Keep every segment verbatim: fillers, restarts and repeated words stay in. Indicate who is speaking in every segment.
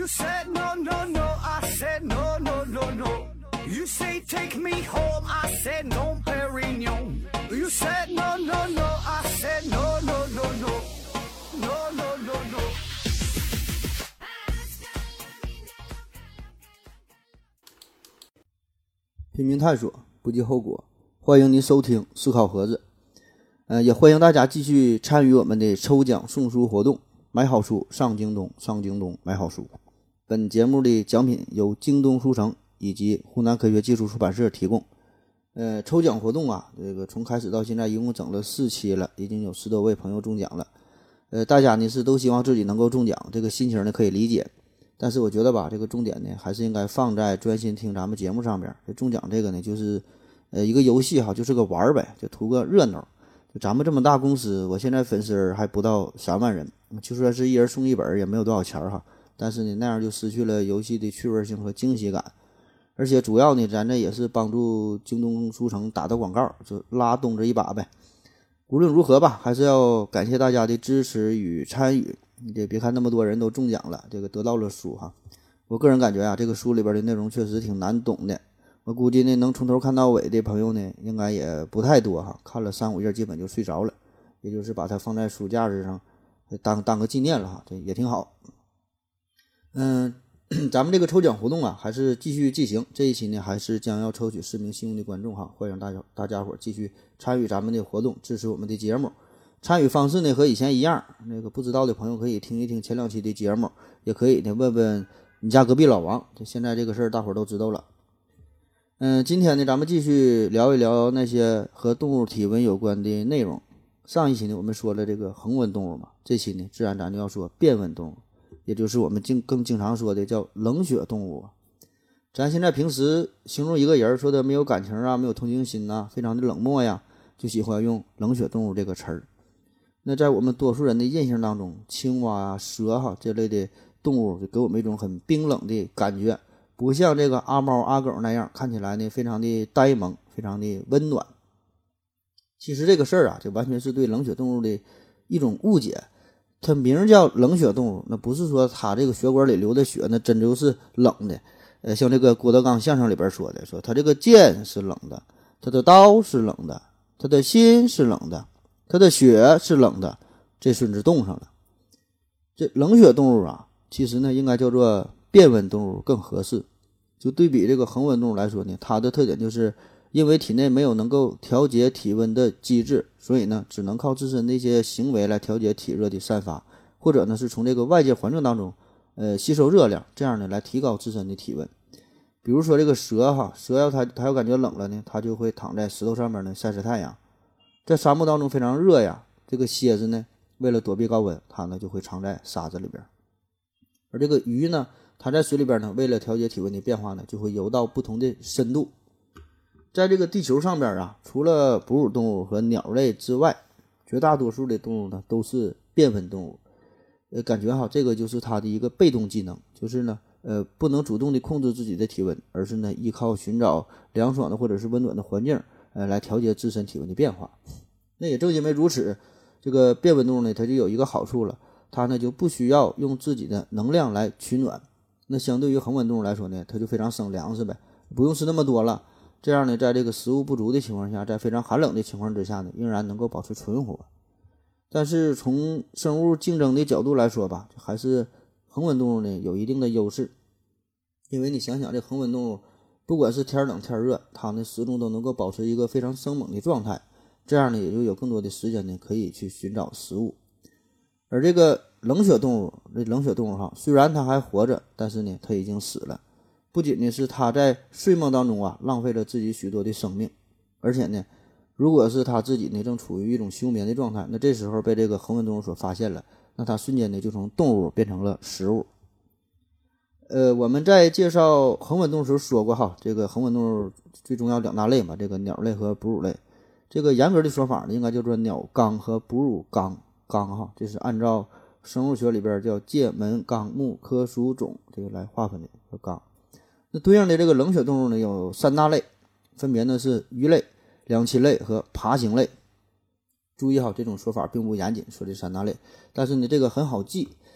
Speaker 1: said no no no, I said no no no no. You say take me home, I said no, Perignon. You said no no no, I said no no no no, no no no no.
Speaker 2: 拼命探索，不计后果。欢迎您收听思考盒子，呃，也欢迎大家继续参与我们的抽奖送书活动。买好书上京东，上京东买好书。本节目的奖品由京东书城以及湖南科学技术出版社提供。呃，抽奖活动啊，这个从开始到现在一共整了四期了，已经有十多位朋友中奖了。呃，大家呢是都希望自己能够中奖，这个心情呢可以理解。但是我觉得吧，这个重点呢还是应该放在专心听咱们节目上边。这中奖这个呢，就是呃一个游戏哈，就是个玩儿呗，就图个热闹。就咱们这么大公司，我现在粉丝还不到三万人，就算是一人送一本也没有多少钱哈。但是呢，那样就失去了游戏的趣味性和惊喜感。而且主要呢，咱这也是帮助京东书城打的广告，就拉动这一把呗。无论如何吧，还是要感谢大家的支持与参与。你这别看那么多人都中奖了，这个得到了书哈。我个人感觉啊，这个书里边的内容确实挺难懂的。我估计呢，能从头看到尾的朋友呢，应该也不太多哈。看了三五页基本就睡着了，也就是把它放在书架子上，当当个纪念了哈，这也挺好。嗯，咱们这个抽奖活动啊，还是继续进行。这一期呢，还是将要抽取四名幸运的观众哈，欢迎大家大家伙继续参与咱们的活动，支持我们的节目。参与方式呢和以前一样，那个不知道的朋友可以听一听前两期的节目，也可以呢问问你家隔壁老王。这现在这个事儿大伙儿都知道了。嗯，今天呢咱们继续聊一聊那些和动物体温有关的内容。上一期呢我们说了这个恒温动物嘛，这期呢自然咱就要说变温动物，也就是我们经更经常说的叫冷血动物。咱现在平时形容一个人说的没有感情啊，没有同情心啊，非常的冷漠呀，就喜欢用冷血动物这个词儿。那在我们多数人的印象当中，青蛙啊、蛇哈这类的动物就给我们一种很冰冷的感觉，不像这个阿猫阿狗那样看起来呢非常的呆萌，非常的温暖。其实这个事儿啊，就完全是对冷血动物的一种误解。它名叫冷血动物，那不是说它这个血管里流的血那真就是冷的。呃，像这个郭德纲相声里边说的，说他这个剑是冷的，他的刀是冷的，他的心是冷的，它的血是冷的，这孙子冻上了。这冷血动物啊，其实呢应该叫做变温动物更合适。就对比这个恒温动物来说呢，它的特点就是因为体内没有能够调节体温的机制，所以呢只能靠自身的一些行为来调节体热的散发，或者呢是从这个外界环境当中呃吸收热量，这样呢来提高自身的体温。比如说这个蛇哈，蛇要它它要感觉冷了呢，它就会躺在石头上面呢晒晒太阳。在沙漠当中非常热呀，这个蝎子呢为了躲避高温，它呢就会藏在沙子里边。而这个鱼呢，它在水里边呢为了调节体温的变化呢，就会游到不同的深度。在这个地球上边啊，除了哺乳动物和鸟类之外，绝大多数的动物呢都是变温动物。呃，感觉哈，这个就是它的一个被动技能，就是呢呃不能主动的控制自己的体温，而是呢依靠寻找凉爽的或者是温暖的环境呃，来调节自身体温的变化。那也正因为如此，这个变温动物呢，它就有一个好处了，它呢就不需要用自己的能量来取暖。那相对于恒温动物来说呢，它就非常省粮食呗，不用吃那么多了。这样呢，在这个食物不足的情况下，在非常寒冷的情况之下呢，仍然能够保持存活。但是从生物竞争的角度来说吧，还是恒温动物呢有一定的优势。因为你想想，这恒温动物不管是天冷天热，它呢始终都能够保持一个非常生猛的状态，这样呢也就有更多的时间呢可以去寻找食物。而这个冷血动物，这冷血动物哈，虽然它还活着，但是呢它已经死了。不仅呢是它在睡梦当中啊浪费了自己许多的生命，而且呢如果是它自己呢正处于一种休眠的状态，那这时候被这个恒温动物所发现了，那它瞬间呢就从动物变成了食物。呃，我们在介绍恒温动物时候说过哈，这个恒温动物最重要两大类嘛，这个鸟类和哺乳类。这个严格的说法呢，应该叫做鸟纲和哺乳纲纲哈，这是按照生物学里边叫界门纲目科属种这个来划分的叫纲。那对应的这个冷血动物呢有三大类，分别呢是鱼类、两栖类和爬行类。注意哈，这种说法并不严谨，说这三大类，但是呢这个很好记。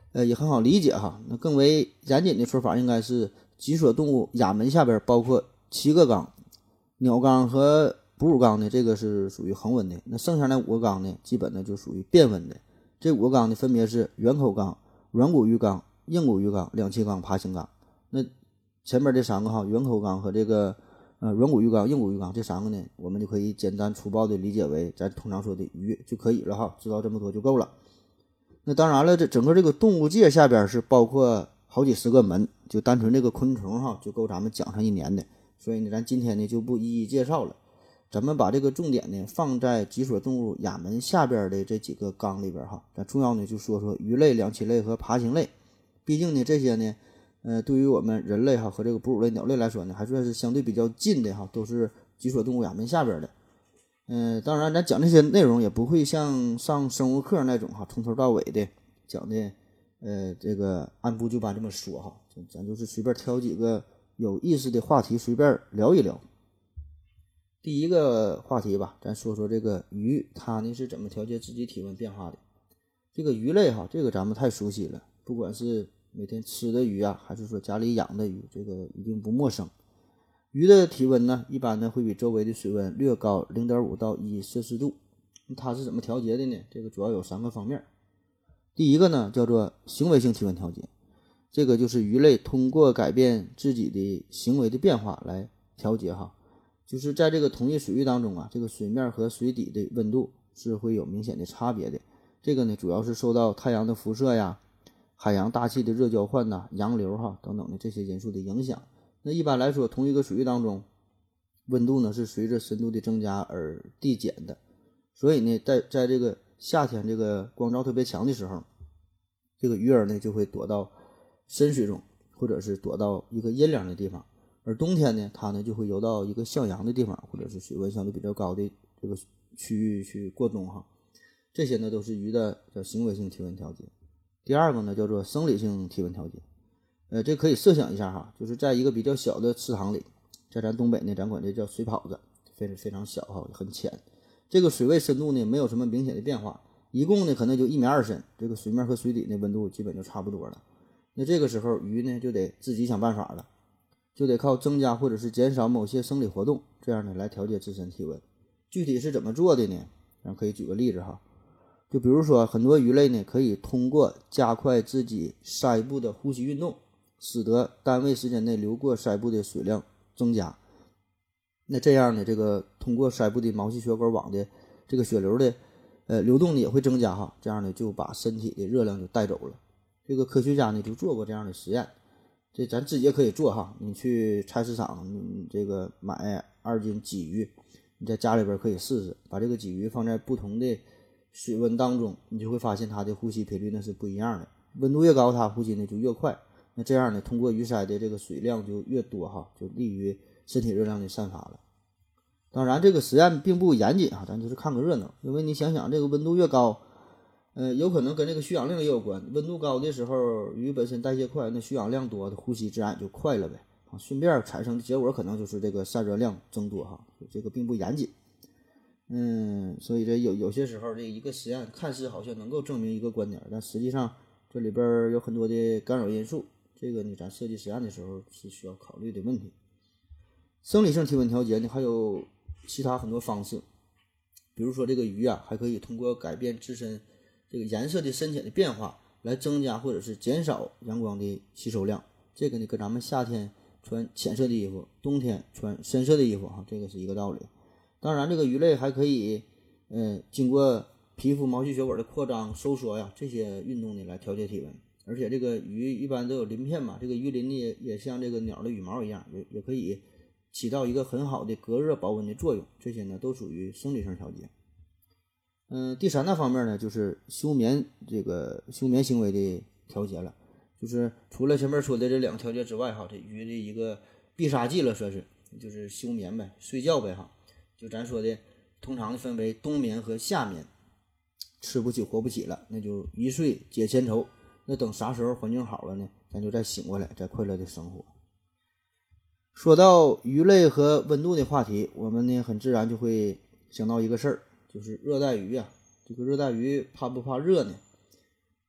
Speaker 2: 呃也很好理解哈。那更为严谨的说法应该是脊索动物亚门下边包括七个缸，鸟缸和哺乳缸呢，这个是属于恒温的，那剩下那五个缸呢，基本呢就属于变温的。这五个缸呢分别是圆口缸、软骨鱼缸、硬骨鱼缸、两栖缸、爬行缸。那前面这三个哈，圆口缸和这个呃软骨鱼缸、硬骨鱼缸这三个呢，我们就可以简单粗暴的理解为咱通常说的鱼就可以了哈，知道这么多就够了。那当然了，这整个这个动物界下边是包括好几十个门，就单纯这个昆虫哈就够咱们讲上一年的，所以呢咱今天呢就不一一介绍了，咱们把这个重点呢放在脊索动物亚门下边的这几个缸里边哈，咱主要呢就说说鱼类、两栖类和爬行类。毕竟呢这些呢呃对于我们人类哈和这个哺乳类鸟类来说呢还算是相对比较近的哈，都是脊索动物亚门下边的。嗯、呃，当然咱讲这些内容也不会像上生物课那种哈从头到尾的讲的呃这个按部就班这么说哈，咱就是随便挑几个有意思的话题随便聊一聊。第一个话题吧，咱说说这个鱼，它呢是怎么调节自己体温变化的。这个鱼类哈，这个咱们太熟悉了，不管是每天吃的鱼啊，还是说家里养的鱼，这个一定不陌生。鱼的体温呢，一般呢会比周围的水温略高 零点五 到一摄氏度。它是怎么调节的呢？这个主要有三个方面。第一个呢叫做行为性体温调节，这个就是鱼类通过改变自己的行为的变化来调节哈。就是在这个同一水域当中啊，这个水面和水底的温度是会有明显的差别的。这个呢主要是受到太阳的辐射呀、海洋大气的热交换呐、洋流哈等等的这些因素的影响。那一般来说，同一个水域当中，温度呢是随着深度的增加而递减的。所以呢，在在这个夏天这个光照特别强的时候，这个鱼儿呢就会躲到深水中，或者是躲到一个阴凉的地方。而冬天呢，它呢就会游到一个向阳的地方，或者是水温相对比较高的这个区域去过冬哈。这些呢都是鱼的叫行为性体温调节。第二个呢叫做生理性体温调节。呃，这可以设想一下哈，就是在一个比较小的池塘里，在咱东北呢，咱管这叫水泡子，非常非常小哈，很浅。这个水位深度呢没有什么明显的变化，一共呢可能就一米二深，这个水面和水底的温度基本就差不多了。那这个时候鱼呢就得自己想办法了，就得靠增加或者是减少某些生理活动，这样呢来调节自身体温。具体是怎么做的呢？咱可以举个例子哈，就比如说很多鱼类呢可以通过加快自己鳃部的呼吸运动，使得单位时间内流过鳃部的水量增加。那这样呢，这个通过鳃部的毛细血管网的这个血流的呃流动呢也会增加哈，这样呢就把身体的热量就带走了。这个科学家呢就做过这样的实验，这咱自己也可以做哈。你去菜市场，你这个买二斤鲫鱼，你在家里边可以试试，把这个鲫鱼放在不同的水温当中，你就会发现它的呼吸频率呢是不一样的。温度越高，它呼吸呢就越快。那这样呢，通过鱼鳃的这个水量就越多哈，就利于身体热量的散发了。当然，这个实验并不严谨啊，咱就是看个热闹。因为你想想，这个温度越高，呃，有可能跟这个需氧量也有关。温度高的时候，鱼本身代谢快，那需氧量多，呼吸自然也就快了呗。啊，顺便产生的结果可能就是这个散热量增多哈，这个并不严谨。嗯，所以这有有些时候，这一个实验看似好像能够证明一个观点，但实际上这里边有很多的干扰因素。这个呢，咱设计实验的时候是需要考虑的问题。生理性体温调节呢，还有其他很多方式，比如说这个鱼啊，还可以通过改变自身这个颜色的深浅的变化，来增加或者是减少阳光的吸收量。这个呢，跟咱们夏天穿浅色的衣服，冬天穿深色的衣服哈，这个是一个道理。当然，这个鱼类还可以，嗯、呃，经过皮肤毛细血管的扩张、收缩呀这些运动呢，来调节体温。而且这个鱼一般都有鳞片嘛，这个鱼鳞呢也也像这个鸟的羽毛一样，也也可以起到一个很好的隔热保温的作用。这些呢都属于生理性调节。嗯，第三大方面呢就是休眠这个休眠行为的调节了，就是除了前面说的这两个调节之外哈，这鱼的一个必杀技了，算是就是休眠呗，睡觉呗哈。就咱说的，通常分为冬眠和夏眠，吃不起活不起了，那就一睡解千愁。那等啥时候环境好了呢，咱就再醒过来，再快乐的生活。说到鱼类和温度的话题，我们呢很自然就会想到一个事儿，就是热带鱼啊。这个热带鱼怕不怕热呢？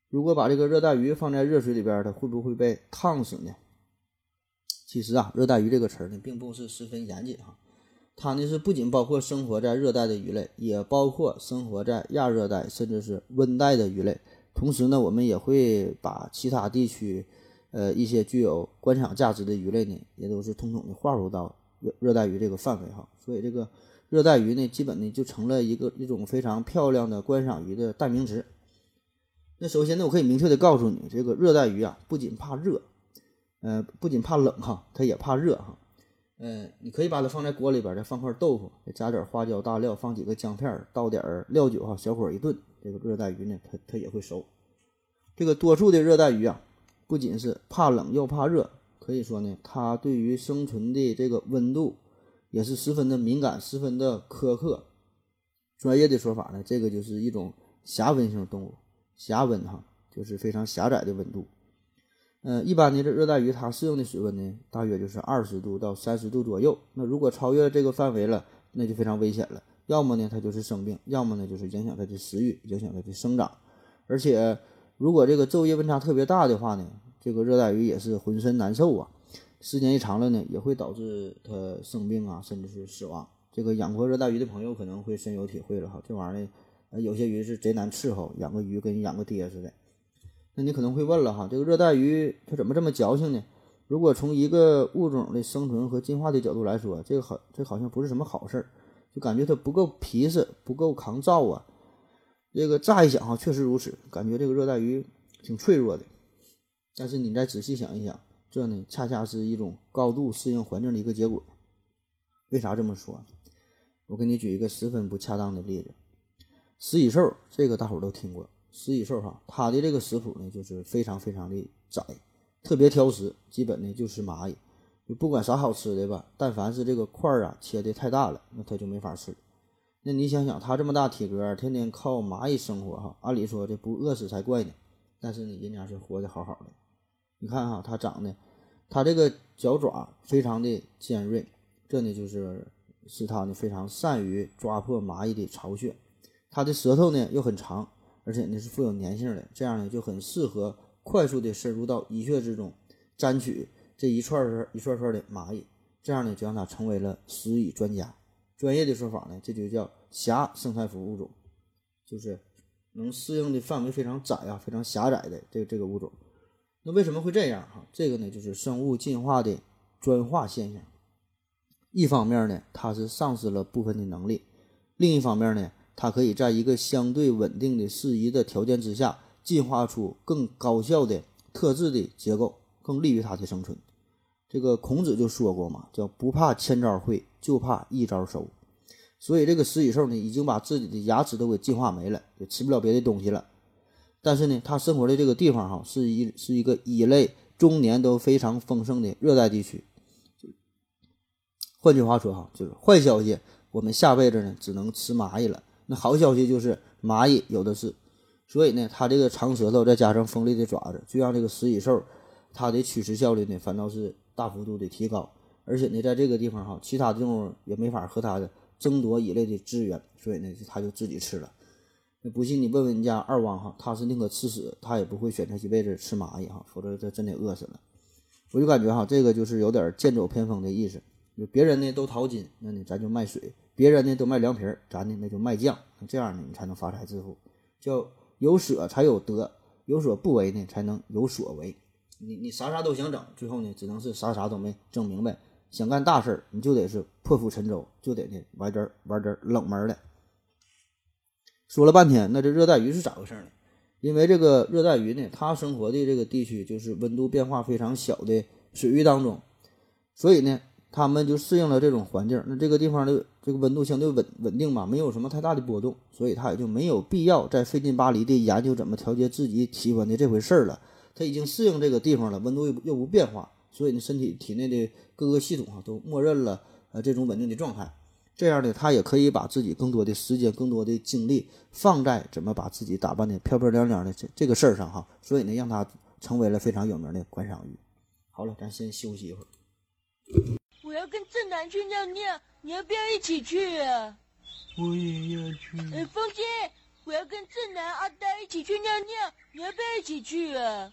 Speaker 2: 如果把这个热带鱼放在热水里边，它会不会被烫死呢？其实啊，热带鱼这个词儿呢，并不是十分严谨哈。它呢是不仅包括生活在热带的鱼类，也包括生活在亚热带甚至是温带的鱼类。同时呢，我们也会把其他地区，呃一些具有观赏价值的鱼类呢，也都是统统的划入到热热带鱼这个范围哈。所以这个热带鱼呢，基本呢就成了一个一种非常漂亮的观赏鱼的代名词。那首先呢，我可以明确的告诉你，这个热带鱼啊，不仅怕热，呃，不仅怕冷哈，它也怕热哈。呃，你可以把它放在锅里边，再放块豆腐，再加点花椒大料，放几个姜片，倒点料酒哈，小火一炖，这个热带鱼呢，它它也会熟。这个多数的热带鱼啊，不仅是怕冷又怕热，可以说呢，它对于生存的这个温度也是十分的敏感，十分的苛刻。专业的说法呢，这个就是一种狭温性动物，狭温哈，就是非常狭窄的温度。呃，一般的这热带鱼它适应的水温呢，大约就是二十度到三十度左右。那如果超越这个范围了，那就非常危险了。要么呢它就是生病，要么呢就是影响它的食欲，影响它的生长。而且如果这个昼夜温差特别大的话呢，这个热带鱼也是浑身难受啊。时间一长了呢，也会导致它生病啊，甚至是死亡。这个养过热带鱼的朋友可能会深有体会了哈。这玩意儿呢，呃，有些鱼是贼难伺候，养个鱼跟养个爹似的。那你可能会问了哈，这个热带鱼它怎么这么矫情呢？如果从一个物种的生存和进化的角度来说，这个好，这好像不是什么好事儿，就感觉它不够皮实，不够抗造啊。这个乍一想哈，确实如此，感觉这个热带鱼挺脆弱的。但是你再仔细想一想，这呢恰恰是一种高度适应环境的一个结果。为啥这么说？我给你举一个十分不恰当的例子，食蚁兽，这个大伙儿都听过。食蚁兽哈，它的这个食谱呢，就是非常非常的窄，特别挑食，基本呢就吃蚂蚁。就不管啥好吃的吧，但凡是这个块儿啊切的太大了，那它就没法吃。那你想想，它这么大体格，天天靠蚂蚁生活哈，按理说这不饿死才怪呢。但是呢，人家是活得好好的。你看哈，它长得，它这个脚爪非常的尖锐，这呢就是使它呢非常善于抓破蚂蚁的巢穴。它的舌头呢又很长，而且呢是富有粘性的，这样呢就很适合快速的深入到蚁穴之中，沾取这一串一串串的蚂蚁，这样呢就让它成为了食蚁专家。专业的说法呢，这就叫狭生态服物种，就是能适应的范围非常窄啊，非常狭窄的这个这个物种。那为什么会这样哈？这个呢就是生物进化的专化现象。一方面呢，它是丧失了部分的能力；另一方面呢，它可以在一个相对稳定的适宜的条件之下，进化出更高效的特质的结构，更利于它的生存。这个孔子就说过嘛，叫不怕千招会，就怕一招熟。所以这个食蚁兽呢，已经把自己的牙齿都给进化没了，也吃不了别的东西了。但是呢，它生活的这个地方哈，是一是一个蚁类终年都非常丰盛的热带地区。换句话说哈，就是坏消息，我们下辈子呢只能吃蚂蚁了。那好消息就是蚂蚁有的是，所以呢，它这个长舌头再加上锋利的爪子，就让这个食蚁兽它的取食效率呢反倒是大幅度的提高。而且呢，在这个地方哈，其他的动物也没法和它的争夺蚁类的资源，所以呢，它就自己吃了。那不信你问问你家二汪哈，他是宁可吃屎，他也不会选择一辈子吃蚂蚁哈，否则他真得饿死了。我就感觉哈，这个就是有点剑走偏锋的意思。就别人呢都淘金，那你咱就卖水；别人呢都卖凉皮，咱呢那就卖酱。这样呢，你才能发财致富。叫有舍才有得，有所不为呢，才能有所为。你你啥啥都想整，最后呢，只能是啥啥都没整明白。想干大事你就得是破釜沉舟，就得呢玩点玩点冷门的。说了半天，那这热带鱼是咋回事呢？因为这个热带鱼呢，它生活的这个地区就是温度变化非常小的水域当中，所以呢，它们就适应了这种环境。那这个地方的这个温度相对稳稳定嘛，没有什么太大的波动，所以它也就没有必要再费劲巴力的研究怎么调节自己体温的这回事儿了。它已经适应这个地方了，温度又又无变化，所以呢，身体体内的各个系统啊都默认了呃这种稳定的状态。这样呢，他也可以把自己更多的时间、更多的精力放在怎么把自己打扮的漂漂亮亮的这这个事儿上哈，所以呢，让他成为了非常有名的观赏鱼。好了，咱先休息一会儿。
Speaker 3: 我要跟正南去尿尿，你要不要一起去啊？
Speaker 4: 我也要去。
Speaker 3: 呃，风姐， 我要跟正南、阿呆一起去尿尿，你要不要一起去啊？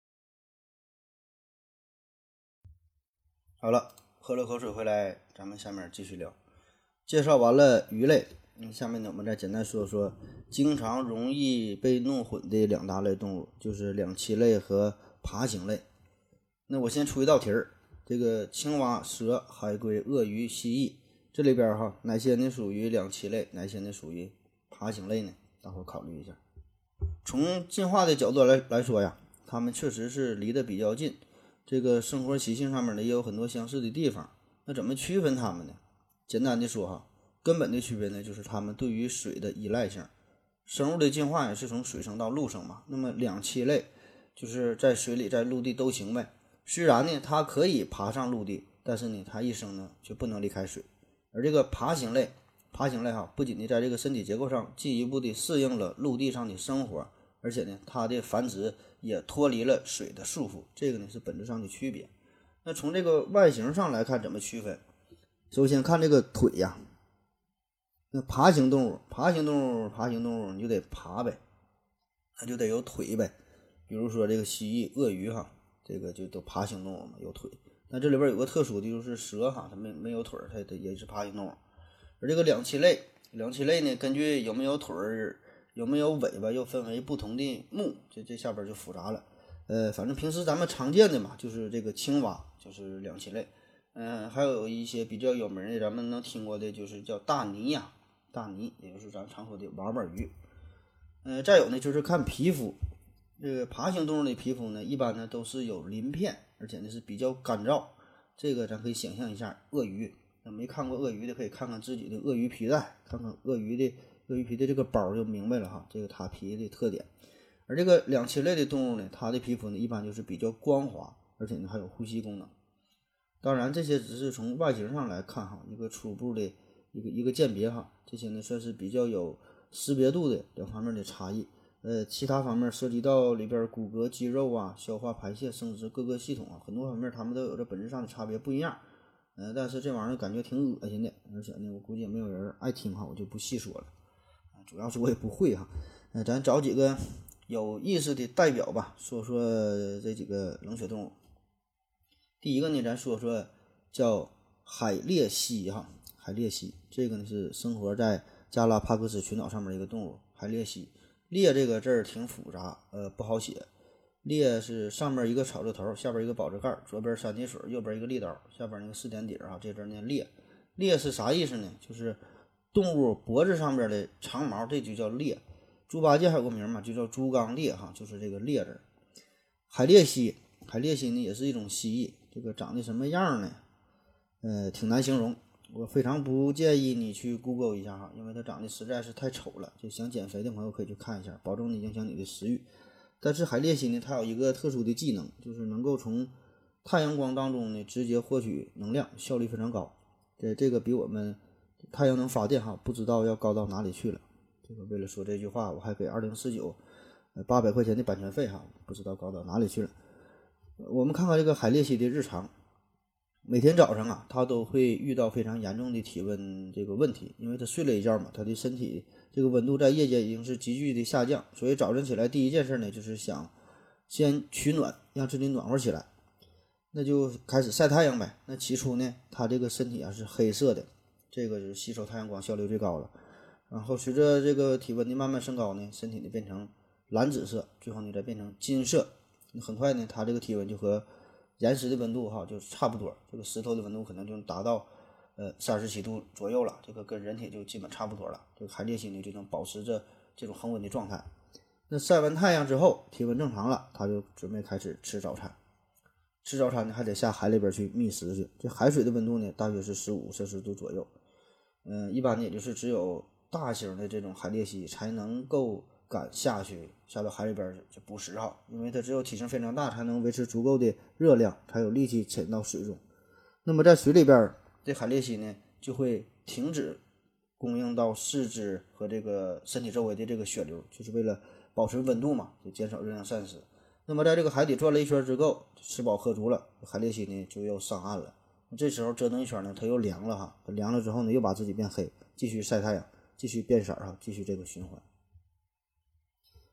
Speaker 2: 好了，喝了口水回来，咱们下面继续聊。介绍完了鱼类，嗯，下面呢我们再简单说说经常容易被弄混的两大类动物，就是两栖类和爬行类。那我先出一道题儿，这个青蛙、蛇、海龟、鳄鱼、蜥蜴，这里边哈哪些呢属于两栖类，哪些呢属于爬行类呢？大伙考虑一下。从进化的角度来来说呀，它们确实是离得比较近，这个生活习性上面呢也有很多相似的地方。那怎么区分它们呢？简单的说哈，根本的区别呢就是它们对于水的依赖性。生物的进化也是从水生到陆生嘛，那么两栖类就是在水里在陆地都行呗。虽然呢它可以爬上陆地，但是呢它一生呢却不能离开水。而这个爬行类爬行类哈，不仅呢在这个身体结构上进一步的适应了陆地上的生活，而且呢它的繁殖也脱离了水的束缚，这个呢是本质上的区别。那从这个外形上来看怎么区分？首先看这个腿呀，那爬行动物爬行动物爬行动物你就得爬呗，它就得有腿呗。比如说这个蜥蜴、鳄鱼哈，这个就都爬行动物嘛，有腿。那这里边有个特殊的就是蛇哈，它没没有腿，它它也是爬行动物。而这个两栖类，两栖类呢，根据有没有腿儿、有没有尾巴，又分为不同的目，这这下边就复杂了。呃，反正平时咱们常见的嘛，就是这个青蛙，就是两栖类。嗯、呃，还有一些比较有名的，咱们能听过的，就是叫大鲵呀，大鲵，也就是咱常说的娃娃鱼。呃，再有呢，就是看皮肤。这个爬行动物的皮肤呢，一般呢都是有鳞片，而且呢是比较干燥。这个咱可以想象一下，鳄鱼。那没看过鳄鱼的可以看看自己的鳄鱼皮带，看看鳄鱼的鳄鱼皮的这个包就明白了哈，这个它皮的特点。而这个两栖类的动物呢，它的皮肤呢一般就是比较光滑，而且呢还有呼吸功能。当然这些只是从外形上来看哈，一个初步的一个一个鉴别哈，这些呢算是比较有识别度的两方面的差异。呃，其他方面涉及到里边骨骼、肌肉啊、消化、排泄、生殖各个系统啊，很多方面它们都有着本质上的差别不一样。呃，但是这玩意儿感觉挺恶心的，而且呢，我估计也没有人爱听哈，我就不细说了。主要是我也不会哈。呃，咱找几个有意思的代表吧，说说这几个冷血动物。第一个呢，咱说说叫海鬣蜥哈，海鬣蜥这个呢是生活在加拉帕戈斯群岛上面的一个动物，海鬣蜥。鬣这个字儿挺复杂，呃，不好写。鬣是上面一个草字头，下边一个宝字盖，左边三点水，右边一个利刀，下边那个四点底啊，这字念鬣。鬣是啥意思呢？就是动物脖子上边的长毛，这就叫鬣。猪八戒还有个名嘛，就叫猪刚鬣哈，就是这个鬣字。海鬣蜥，海鬣蜥呢也是一种蜥蜴，这个长得什么样呢？呃，挺难形容。我非常不建议你去 Google 一下哈，因为它长得实在是太丑了。就想减肥的朋友可以去看一下，保证你影响你的食欲。但是海鬣蜥呢，它有一个特殊的技能，就是能够从太阳光当中呢直接获取能量，效率非常高。这这个比我们太阳能发电哈，不知道要高到哪里去了。这个为了说这句话，我还给二零四九呃八百块钱的版权费哈，不知道高到哪里去了。我们看看这个海鬣蜥的日常。每天早上啊，它都会遇到非常严重的体温这个问题，因为它睡了一觉嘛，它的身体这个温度在夜间已经是急剧的下降，所以早晨起来第一件事呢，就是想先取暖，让自己暖和起来，那就开始晒太阳呗。那起初呢，它这个身体啊是黑色的，这个是吸收太阳光效率最高了。然后随着这个体温的慢慢升高呢，身体呢变成蓝紫色，最后呢再变成金色。很快呢，它这个体温就和岩石的温度哈就差不多，这个石头的温度可能就达到呃三十七度左右了，这个跟人体就基本差不多了。这个海鬣蜥呢就能保持着这种恒温的状态。那晒完太阳之后，体温正常了，它就准备开始吃早餐。吃早餐呢还得下海里边去觅食去。这海水的温度呢大约是十五摄氏度左右。嗯、呃，一般呢也就是只有大型的这种海鬣蜥才能够敢下去下到海里边去捕食哈，因为它只有体型非常大，才能维持足够的热量，才有力气潜到水中。那么在水里边，这海鬣蜥呢就会停止供应到四肢和这个身体周围的这个血流，就是为了保持温度嘛，就减少热量散失。那么在这个海底转了一圈之后，吃饱喝足了，海鬣蜥呢就又上岸了。这时候折腾一圈呢，它又凉了哈，它凉了之后呢，又把自己变黑，继续晒太阳，继续变色哈，继续这个循环。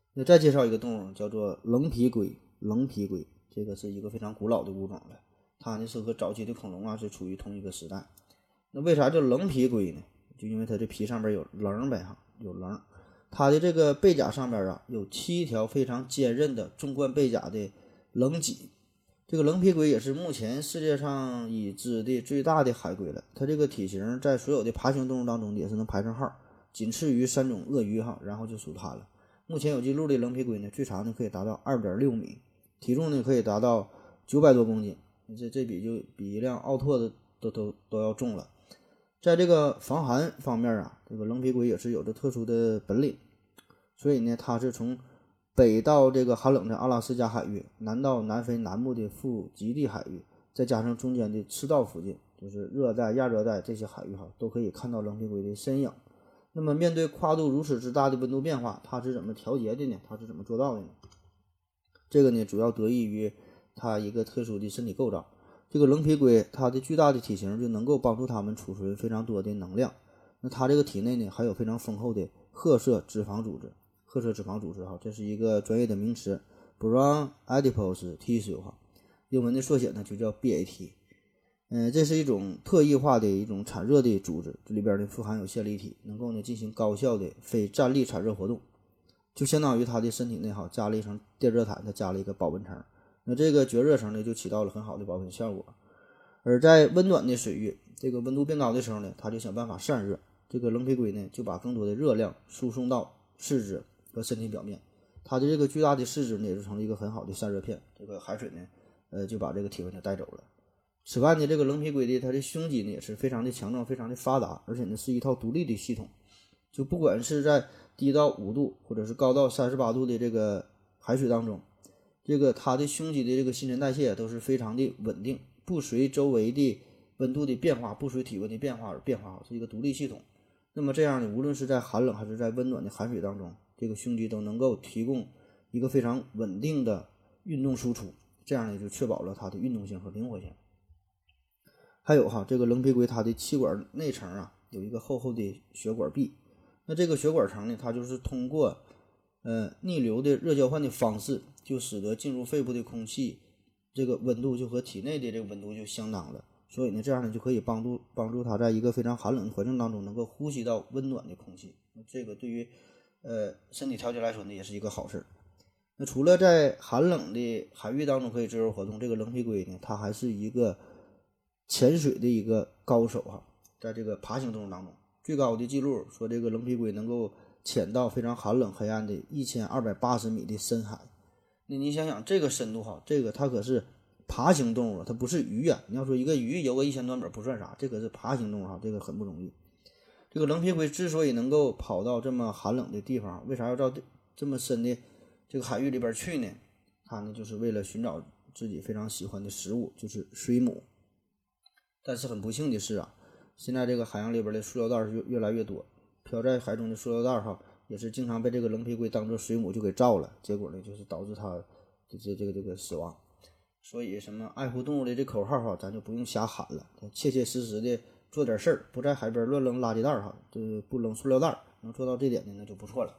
Speaker 2: 那再介绍一个动物，叫做棱皮龟。棱皮龟这个是一个非常古老的物种了，它呢是和早期的恐龙啊是处于同一个时代。那为啥叫棱皮龟呢？就因为它这皮上边有棱呗哈，有棱。它的这个背甲上边啊有七条非常坚韧的纵贯背甲的棱脊。这个棱皮龟也是目前世界上已知的最大的海龟了，它这个体型在所有的爬行动物当中也是能排上号，仅次于三种鳄鱼哈，然后就属它了。目前有记录的棱皮龟呢，最长呢可以达到 二点六米，体重呢可以达到九百多公斤，这这比就比一辆奥拓的都都都要重了。在这个防寒方面啊，这个棱皮龟也是有着特殊的本领，所以呢，它是从北到这个寒冷的阿拉斯加海域，南到南非南部的富极地海域，再加上中间的赤道附近，就是热带、亚热带这些海域哈，都可以看到棱皮龟的身影。那么面对跨度如此之大的温度变化，它是怎么调节的呢？它是怎么做到的呢？这个呢，主要得益于它一个特殊的身体构造。这个棱皮龟它的巨大的体型就能够帮助它们储存非常多的能量。那它这个体内呢，还有非常丰厚的褐色脂肪组织。褐色脂肪组织哈，这是一个专业的名词 ，Brown Adipose Tissue 哈，英文的缩写呢就叫 B A T。嗯、呃，这是一种特异化的一种产热的组织，这里边呢富含有线粒体，能够呢进行高效的非站立产热活动，就相当于它的身体内哈加了一层电热毯，它加了一个保温层。那这个绝热层呢就起到了很好的保温效果。而在温暖的水域，这个温度变高的时候呢，它就想办法散热。这个棱皮龟呢就把更多的热量输送到四肢和身体表面，它的这个巨大的四肢呢也就成了一个很好的散热片。这个海水呢，呃就把这个体温就带走了。此外呢，这个棱皮龟的它的胸肌呢也是非常的强壮，非常的发达，而且呢是一套独立的系统。就不管是在低到五度或者是高到三十八度的这个海水当中，这个它的胸肌的这个新陈代谢都是非常的稳定，不随周围的温度的变化，不随体温的变化而变化，是一个独立系统。那么这样呢，无论是在寒冷还是在温暖的海水当中，这个胸肌都能够提供一个非常稳定的运动输出，这样呢就确保了它的运动性和灵活性。还有哈，这个棱皮龟它的气管内层啊有一个厚厚的血管壁，那这个血管层呢，它就是通过呃逆流的热交换的方式，就使得进入肺部的空气这个温度就和体内的这个温度就相当了，所以呢这样呢就可以帮助帮助它在一个非常寒冷的环境当中能够呼吸到温暖的空气，这个对于呃身体调节来说呢也是一个好事。那除了在寒冷的海域当中可以自由活动，这个棱皮龟呢它还是一个潜水的一个高手哈，在这个爬行动物当中，最高的记录说这个棱皮龟能够潜到非常寒冷黑暗的一千二百八十米的深海。那你想想这个深度哈，这个它可是爬行动物，它不是鱼啊。你要说一个鱼游个一千多米不算啥，这可是爬行动物哈，这个很不容易。这个棱皮龟之所以能够跑到这么寒冷的地方，为啥要到这么深的这个海域里边去呢？它呢就是为了寻找自己非常喜欢的食物，就是水母。但是很不幸的是啊，现在这个海洋里边的塑料袋是越越来越多，漂在海中的塑料袋哈，也是经常被这个棱皮龟当作水母就给造了，结果呢就是导致它这这这个这个死亡。所以什么爱护动物的这口号哈，咱就不用瞎喊了，切切实实的做点事儿，不在海边乱扔垃圾袋哈，就不扔塑料袋，能做到这点呢那就不错了。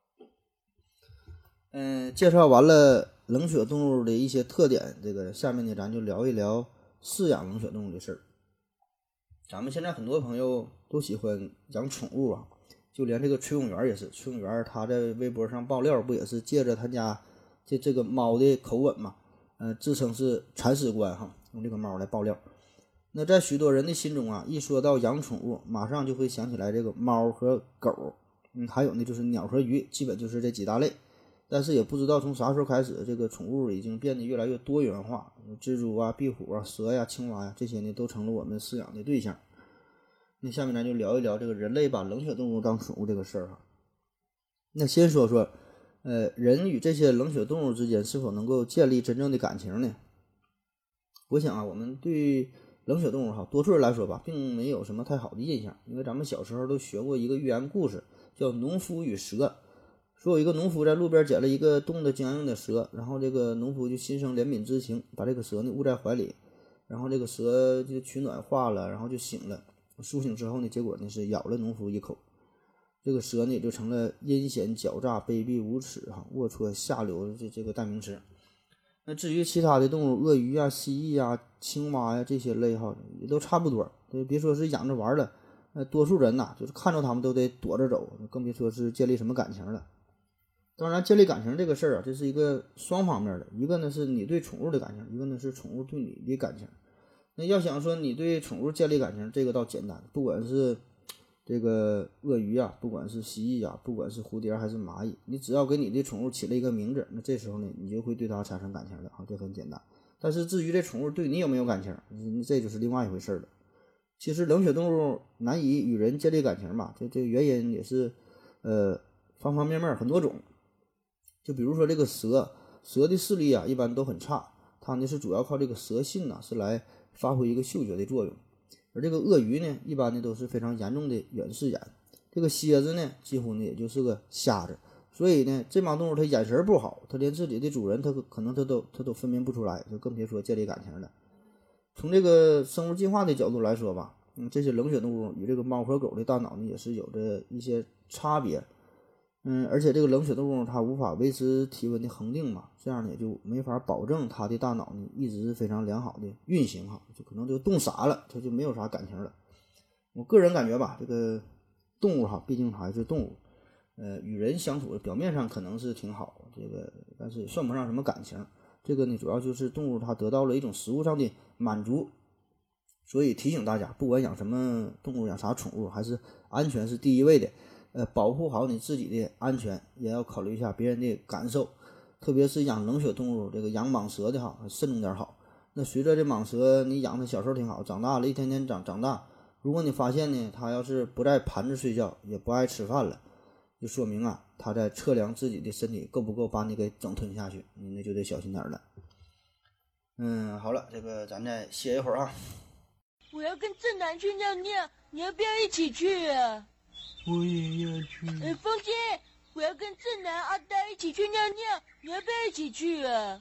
Speaker 2: 嗯，介绍完了冷血动物的一些特点，这个下面呢咱就聊一聊饲养冷血动物的事儿。咱们现在很多朋友都喜欢养宠物啊，就连这个崔永元也是，崔永元他在微博上爆料，不也是借着他家这这个猫的口吻嘛，呃，自称是铲屎官哈，用这个猫来爆料。那在许多人的心中啊，一说到养宠物，马上就会想起来这个猫和狗，嗯，还有呢就是鸟和鱼，基本就是这几大类。但是也不知道从啥时候开始，这个宠物已经变得越来越多元化，蜘蛛啊、壁虎啊、蛇呀、青蛙呀，这些呢都成了我们饲养的对象。那下面咱就聊一聊这个人类把冷血动物当宠物这个事儿哈。那先说说，呃，人与这些冷血动物之间是否能够建立真正的感情呢？我想啊，我们对冷血动物哈，多数人来说吧，并没有什么太好的印象，因为咱们小时候都学过一个寓言故事，叫《农夫与蛇》。说有一个农夫在路边捡了一个冻得僵硬的蛇，然后这个农夫就心生怜悯之情，把这个蛇呢捂在怀里，然后这个蛇就取暖化了，然后就醒了。苏醒之后呢，结果呢是咬了农夫一口。 这个蛇呢也就成了阴险狡诈、卑鄙无耻哈、龌龊下流的这这个代名词。那至于其他的动物，鳄鱼啊、蜥蜴啊、青蛙呀、这些类哈，也都差不多。别说是养着玩了，那多数人呐，就是看着他们都得躲着走，更别说是建立什么感情了。当然，建立感情这个事儿啊，这是一个双方面的，一个呢是你对宠物的感情，一个呢是宠物对你的感情。那要想说你对宠物建立感情，这个倒简单，不管是这个鳄鱼啊，不管是蜥蜴啊，不管是蝴蝶还是蚂蚁，你只要给你的宠物起了一个名字，那这时候呢，你就会对它产生感情的啊，这很简单。但是至于这宠物对你有没有感情，这就是另外一回事了。其实冷血动物难以与人建立感情吧，这这个原因也是呃方方面面很多种。就比如说这个蛇，蛇的视力啊一般都很差，它呢是主要靠这个蛇信呐、啊、是来发挥一个嗅觉的作用。而这个鳄鱼呢，一般呢都是非常严重的远视眼，这个蝎子呢，几乎呢也就是个瞎子，所以呢，这帮动物它眼神不好，它连自己的主人它可能它都它都分辨不出来，就更别说建立感情了。从这个生物进化的角度来说吧，嗯，这些冷血动物与这个猫和狗的大脑呢也是有着一些差别。嗯，而且这个冷血动物它无法维持体温的恒定嘛，这样呢也就没法保证它的大脑呢一直非常良好的运行哈，就可能就冻傻了，它就没有啥感情了。我个人感觉吧，这个动物哈，毕竟还是动物，呃，与人相处表面上可能是挺好，这个但是算不上什么感情。这个呢，主要就是动物它得到了一种食物上的满足，所以提醒大家，不管养什么动物，养啥宠物，还是安全是第一位的。呃，保护好你自己的安全，也要考虑一下别人的感受，特别是养冷血动物，这个养蟒蛇的哈，慎重点好。那随着这蟒蛇，你养它小时候挺好，长大了，一天天长长大，如果你发现呢，它要是不在盘着睡觉，也不爱吃饭了，就说明啊，它在测量自己的身体够不够把你给整吞下去，你那就得小心点了。嗯，好了，这个咱再歇一会儿啊。
Speaker 3: 我要跟正南去尿尿，你要不要一起去啊？
Speaker 1: 我也要去。
Speaker 3: 哎，风姐，我要跟正南、阿呆一起去尿尿，你要不要一起去啊？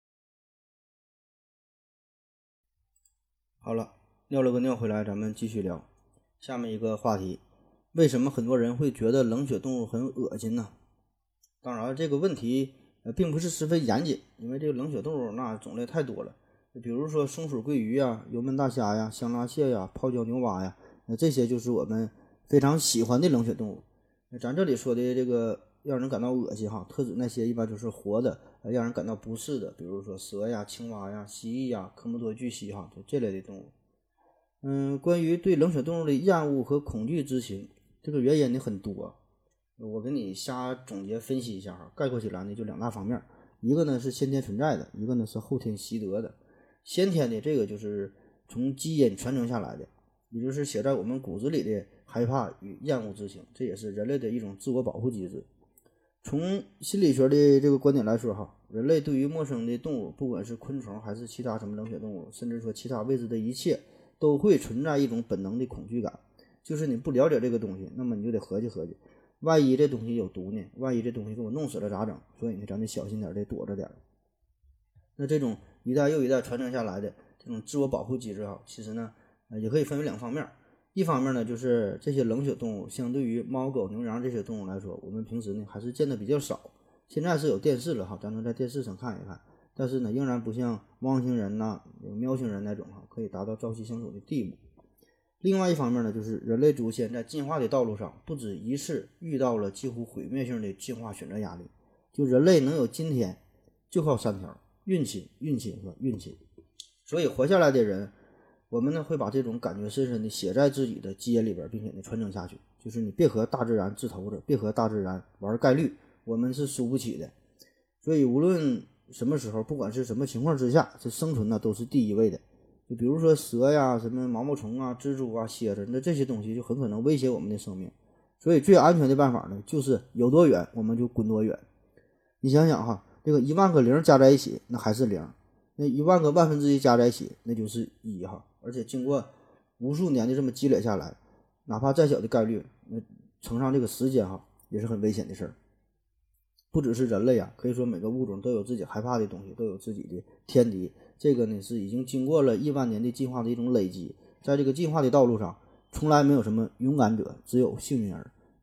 Speaker 2: 好了，尿了个尿回来，咱们继续聊下面一个话题：为什么很多人会觉得冷血动物很恶心呢？当然，这个问题呃并不是十分严谨，因为这个冷血动物那种类太多了，比如说松鼠、桂鱼呀、油焖大虾呀、香辣蟹呀、泡椒牛蛙呀，那这些就是我们非常喜欢的冷血动物。咱这里说的这个让人感到恶心哈，特指那些一般就是活的，让人感到不适的，比如说蛇呀、青蛙呀、蜥蜴呀、科莫多巨蜥哈，就这类的动物。嗯，关于对冷血动物的厌恶和恐惧之情，这个原因呢很多，我给你瞎总结分析一下哈，概括起来呢就两大方面，一个呢是先天存在的，一个呢是后天习得的。先天的这个就是从基因传承下来的，也就是写在我们骨子里的害怕与厌恶之情，这也是人类的一种自我保护机制。从心理学的这个观点来说哈，人类对于陌生的动物，不管是昆虫还是其他什么冷血动物，甚至说其他未知的一切，都会存在一种本能的恐惧感。就是你不了解这个东西，那么你就得合计合计，万一这东西有毒呢？万一这东西给我弄死了咋整？所以呢，咱得小心点，得躲着点。那这种一代又一代传承下来的这种自我保护机制哈，其实呢，呃，也可以分为两方面。一方面呢，就是这些冷血动物相对于猫狗牛羊这些动物来说，我们平时呢还是见的比较少。现在是有电视了哈，咱能在电视上看一看，但是呢，仍然不像汪星人呐、喵星人那种哈，可以达到朝夕相处的地步。另外一方面呢，就是人类祖先在进化的道路上不止一次遇到了几乎毁灭性的进化选择压力。就人类能有今天，就靠三条：运气、运气和运气。所以活下来的人，我们呢会把这种感觉深深的写在自己的基因里边，并且呢传承下去。就是你别和大自然自投着，别和大自然玩概率，我们是输不起的。所以无论什么时候，不管是什么情况之下，这生存呢都是第一位的。就比如说蛇呀、什么毛毛虫啊、蜘蛛啊、蝎子，那这些东西就很可能威胁我们的生命。所以最安全的办法呢，就是有多远我们就滚多远。你想想哈，这个一万个零加在一起，那还是零；那一万个万分之一加在一起，那就是一哈。而且经过无数年的这么积累下来，哪怕再小的概率，那乘上这个时间哈，也是很危险的事儿。不只是人类啊，可以说每个物种都有自己害怕的东西，都有自己的天敌。这个呢是已经经过了亿万年的进化的一种累积，在这个进化的道路上，从来没有什么勇敢者，只有幸运儿。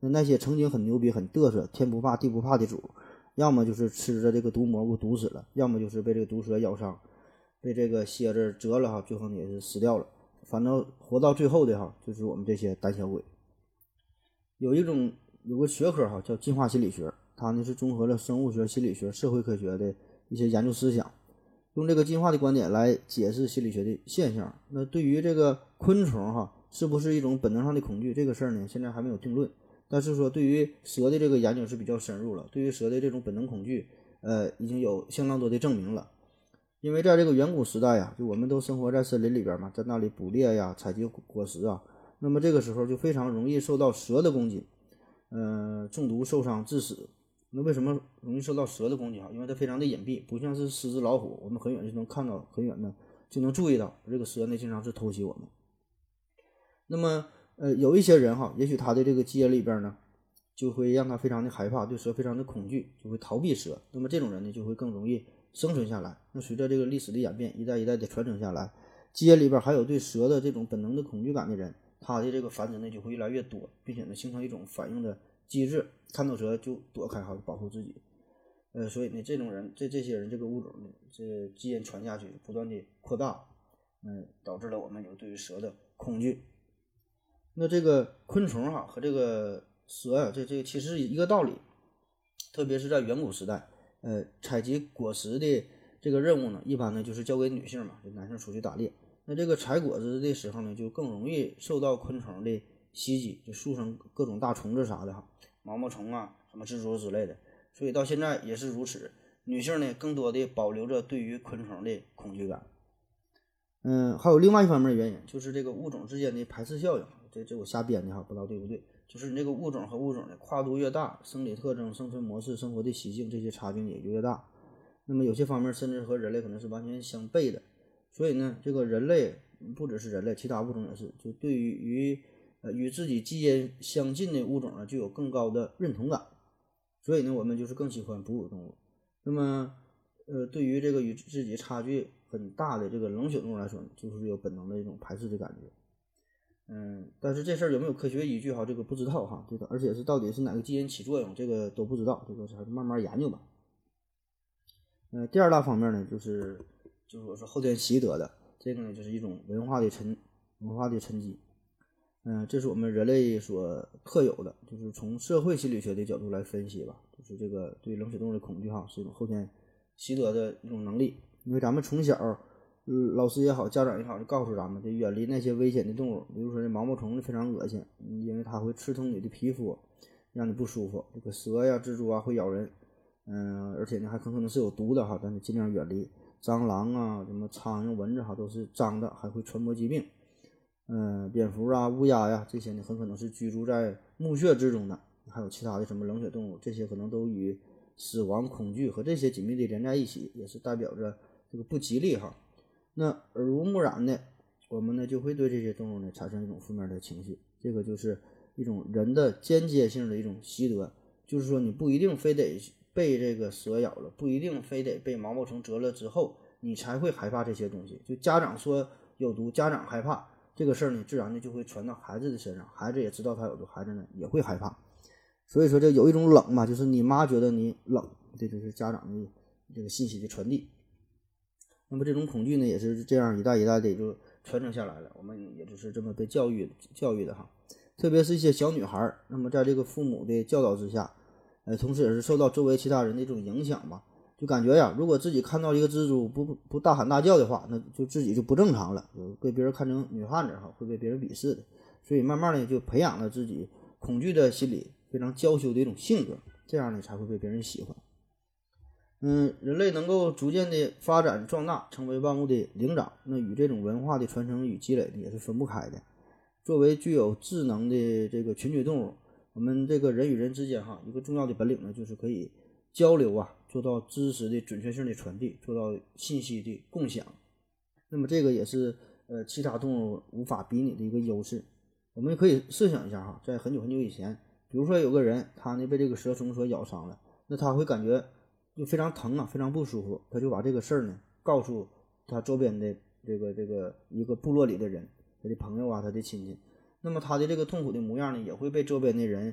Speaker 2: 那那些曾经很牛逼、很嘚瑟、天不怕地不怕的主，要么就是吃着这个毒蘑菇毒死了，要么就是被这个毒蛇咬伤，被这个蝎子蛰了哈，最后也是死掉了。反正活到最后的哈，就是我们这些胆小鬼。有一种有个学科哈叫进化心理学，它呢是综合了生物学、心理学、社会科学的一些研究思想，用这个进化的观点来解释心理学的现象。那对于这个昆虫哈是不是一种本能上的恐惧这个事儿呢，现在还没有定论。但是说对于蛇的这个研究是比较深入了，对于蛇的这种本能恐惧，呃，已经有相当多的证明了。因为在这个远古时代呀，就我们都生活在森林里边嘛，在那里捕猎呀、采集果实啊，那么这个时候就非常容易受到蛇的攻击，呃，中毒受伤致死。那为什么容易受到蛇的攻击啊？因为它非常的隐蔽，不像是狮子、老虎，我们很远就能看到，很远的就能注意到这个蛇呢，经常是偷袭我们。那么，呃，有一些人哈，也许他的这个基因里边呢，就会让他非常的害怕，对蛇非常的恐惧，就会逃避蛇。那么这种人呢，就会更容易生存下来。那随着这个历史的演变，一代一代的传承下来，基因里边还有对蛇的这种本能的恐惧感的人，他的这个繁殖呢就会越来越多，并且呢形成一种反应的机制，看到蛇就躲开哈，保护自己。呃，所以呢，这种人，这这些人这个物种呢，这基因传下去，不断的扩大，嗯、呃，导致了我们有对于蛇的恐惧。那这个昆虫哈和这个蛇呀、啊，这这其实是一个道理，特别是在远古时代，呃，采集果实的这个任务呢，一般呢就是交给女性嘛，就男性出去打猎。那这个采果子的时候呢，就更容易受到昆虫的袭击，就树上各种大虫子啥的哈，毛毛虫啊，什么蜘蛛之类的。所以到现在也是如此，女性呢更多的保留着对于昆虫的恐惧感。嗯，还有另外一方面的原因，就是这个物种之间的排斥效应。这这我瞎编的哈，不知道对不对？就是你这个物种和物种的跨度越大，生理特征、生存模式、生活的习性这些差距也就越大。那么有些方面甚至和人类可能是完全相悖的。所以呢，这个人类不只是人类，其他物种也是，就对于呃与自己基因相近的物种呢，就有更高的认同感。所以呢，我们就是更喜欢哺乳动物。那么，呃，对于这个与自己差距很大的这个冷血动物来说，就是有本能的一种排斥的感觉。嗯，但是这事儿有没有科学依据哈？这个不知道哈，这个而且是到底是哪个基因起作用，这个都不知道，这个还是慢慢研究吧。呃，第二大方面呢，就是就是我说后天习得的，这个呢就是一种文化的沉文化的沉积。嗯、呃，这是我们人类所特有的，就是从社会心理学的角度来分析吧，就是这个对冷血动物的恐惧哈，是一种后天习得的一种能力。因为咱们从小，嗯，老师也好，家长也好，就告诉咱们，得远离那些危险的动物，比如说这毛毛虫非常恶心，因为它会刺痛你的皮肤，让你不舒服。这个蛇呀、蜘蛛啊会咬人，嗯、呃，而且呢还很可能是有毒的哈，但是尽量远离。蟑螂啊、什么苍蝇、蚊子哈都是脏的，还会传播疾病。嗯、呃，蝙蝠啊、乌鸦呀这些呢，很可能是居住在墓穴之中的。还有其他的什么冷血动物，这些可能都与死亡、恐惧和这些紧密的连在一起，也是代表着这个不吉利哈。那耳濡目染的，我们呢就会对这些动物呢产生一种负面的情绪，这个就是一种人的间接性的一种习得，就是说你不一定非得被这个蛇咬了，不一定非得被毛毛虫蛰了之后，你才会害怕这些东西。就家长说有毒，家长害怕这个事儿呢，自然的就会传到孩子的身上，孩子也知道他有毒，孩子呢也会害怕。所以说这有一种冷嘛，就是你妈觉得你冷，这就是家长的这个信息的传递。那么这种恐惧呢，也是这样一代一代的也就传承下来了，我们也就是这么被教育教育的哈。特别是一些小女孩，那么在这个父母的教导之下，呃，同时也是受到周围其他人的一种影响吧，就感觉呀，如果自己看到一个蜘蛛不不大喊大叫的话，那就自己就不正常了，就被别人看成女汉子哈，会被别人鄙视的。所以慢慢的就培养了自己恐惧的心理，非常娇羞的一种性格，这样呢才会被别人喜欢。嗯，人类能够逐渐的发展壮大，成为万物的灵长，那与这种文化的传承与积累也是分不开的。作为具有智能的这个群居动物，我们这个人与人之间哈，一个重要的本领呢，就是可以交流啊，做到知识的准确性的传递，做到信息的共享。那么这个也是呃其他动物无法比拟的一个优势。我们可以设想一下哈，在很久很久以前，比如说有个人他呢被这个蛇虫所咬伤了，那他会感觉就非常疼啊，非常不舒服，他就把这个事儿呢告诉他周边的这个这个一个部落里的人，他的朋友啊，他的亲戚。那么他的这个痛苦的模样呢，也会被周边的人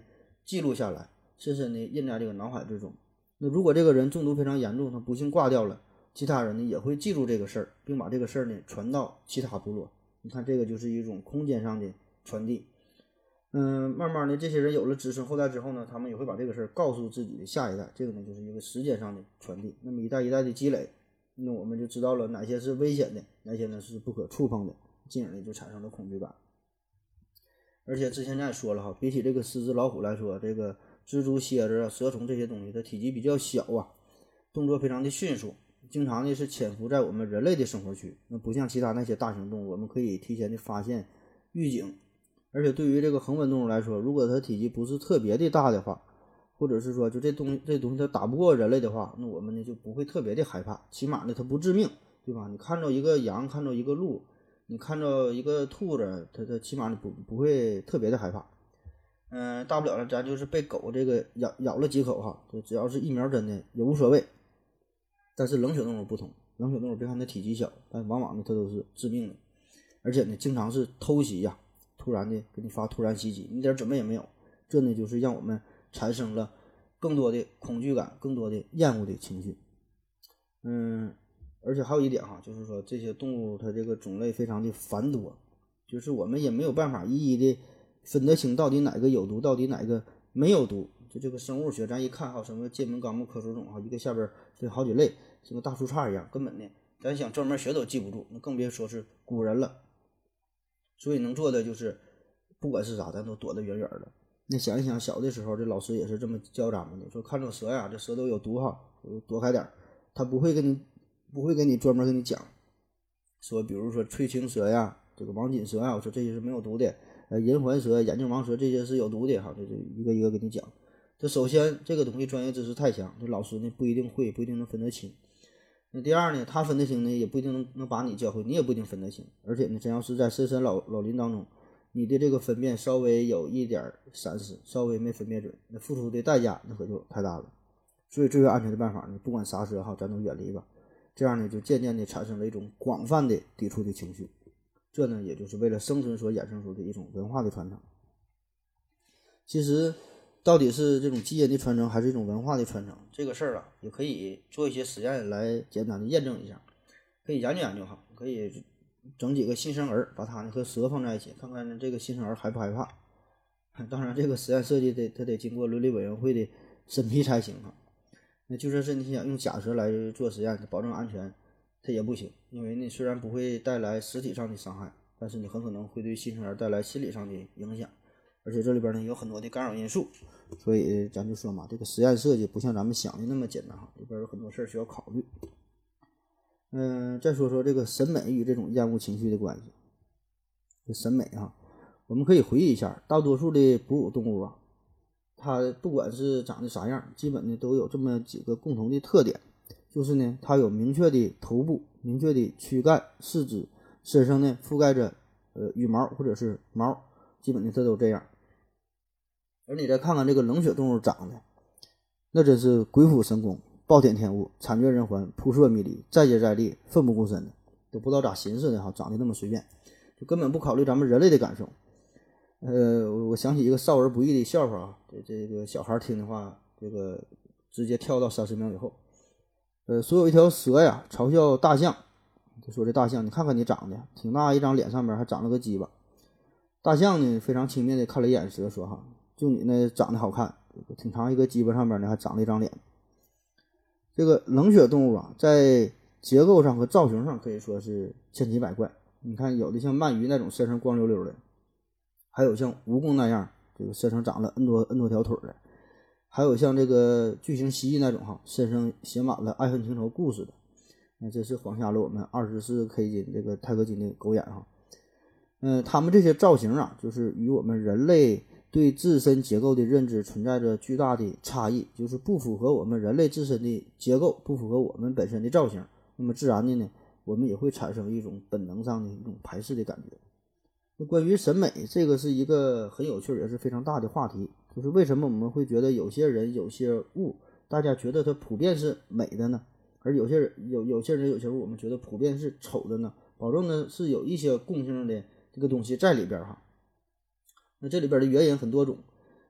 Speaker 2: 记录下来，深深的印在这个脑海之中。那如果这个人中毒非常严重，他不幸挂掉了，其他人呢也会记住这个事儿，并把这个事儿呢传到其他部落。你看这个就是一种空间上的传递。嗯，慢慢的这些人有了子孙后代之后呢，他们也会把这个事儿告诉自己的下一代，这个呢就是一个时间上的传递。那么一代一代的积累，那我们就知道了哪些是危险的，哪些呢是不可触碰的，进而呢就产生了恐惧感。而且之前咱也说了哈，比起这个狮子老虎来说，这个蜘蛛蝎子啊蛇虫这些东西它体积比较小啊，动作非常的迅速，经常呢是潜伏在我们人类的生活区，那不像其他那些大型动物，我们可以提前的发现预警。而且对于这个恒温动物来说，如果它体积不是特别的大的话，或者是说就这东西这东西它打不过人类的话，那我们呢就不会特别的害怕，起码呢它不致命，对吧？你看着一个羊，看着一个鹿，你看着一个兔子，它它起码你不不会特别的害怕。嗯、呃，大不了呢咱就是被狗这个咬咬了几口哈，就只要是疫苗针的也无所谓。但是冷血动物不同，冷血动物别看它体积小，但往往呢它都是致命的，而且呢经常是偷袭呀、啊。突然的给你发突然袭击，你点准备也没有，这呢就是让我们产生了更多的恐惧感，更多的厌恶的情绪。嗯，而且还有一点哈，就是说这些动物它这个种类非常的繁多，就是我们也没有办法一一的分得清到底哪个有毒，到底哪个没有毒。就这个生物学咱一看哈，什么界门纲目科属种哈，一个下边分好几类，像个大树杈一样，根本呢咱想专门学都记不住，那更别说是古人了。所以能做的就是不管是啥咱都躲得远远的。那想一想小的时候这老师也是这么教咱们的，说看着蛇呀，这蛇都有毒哈，躲开点，他不会跟你不会跟你专门跟你讲说比如说翠青蛇呀，这个王锦蛇呀，我说这些是没有毒的，呃银环蛇、眼镜王蛇这些是有毒的哈，这这一个一个跟你讲。这首先这个东西专业知识太强，这老师呢不一定会，不一定能分得清。那第二呢，他分得清呢，也不一定能能把你教会，你也不一定分得清。而且呢，真要是在深山老老林当中，你的这个分辨稍微有一点闪失，稍微没分辨准，那付出的代价那可就太大了。所以最为安全的办法呢，不管啥蛇哈，咱都远离吧。这样呢，就渐渐的产生了一种广泛的抵触的情绪。这呢，也就是为了生存所衍生出的一种文化的传承。其实到底是这种基因的传承还是一种文化的传承，这个事儿啊也可以做一些实验来简单的验证一下，可以研究研究哈，可以整几个新生儿，把它呢和蛇放在一起，看看这个新生儿害不害怕。当然这个实验设计得它得经过伦理委员会的审批才行哈。那就算是你想用假蛇来做实验保证安全，它也不行，因为你虽然不会带来实体上的伤害，但是你很可能会对新生儿带来心理上的影响。而且这里边呢有很多的干扰因素，所以咱就说嘛，这个实验设计不像咱们想的那么简单哈，里边有很多事儿需要考虑。嗯，再说说这个审美与这种厌恶情绪的关系。这审美哈，我们可以回忆一下，大多数的哺乳动物啊，它不管是长得啥样，基本呢都有这么几个共同的特点，就是呢它有明确的头部、明确的躯干、四肢，身上呢覆盖着呃羽毛或者是毛，基本呢它都这样。而你再看看这个冷血动物长的，那真是鬼斧神工、暴殄天物、惨绝人寰、扑朔迷离、再接再厉、奋不顾身的，都不知道咋寻思的哈，长得那么随便，就根本不考虑咱们人类的感受。呃，我想起一个少儿不宜的笑话啊，这这个小孩听的话，这个直接跳到三十秒以后。呃，说有一条蛇呀，嘲笑大象，就说这大象，你看看你长得挺大一张脸，上面还长了个鸡巴。大象呢非常轻蔑的看了一眼蛇，说哈，就你那长得好看，挺长一个鸡巴上面呢还长了一张脸。这个冷血动物啊，在结构上和造型上可以说是千奇百怪。你看有的像鳗鱼那种身上光溜溜的，还有像蜈蚣那样这个身上长了 n 多 n 多条腿的，还有像这个巨型蜥蜴那种哈，身上写满了爱恨情仇故事的。那这是晃瞎了我们二十四 K 金这个钛合金的狗眼哈。嗯、呃，他们这些造型啊，就是与我们人类对自身结构的认知存在着巨大的差异，就是不符合我们人类自身的结构，不符合我们本身的造型，那么自然的呢，我们也会产生一种本能上的一种排斥的感觉。那关于审美，这个是一个很有趣也是非常大的话题，就是为什么我们会觉得有些人有些物大家觉得它普遍是美的呢，而有些人有有些人有些物我们觉得普遍是丑的呢？保证呢是有一些共性的这个东西在里边哈。那这里边的原因很多种，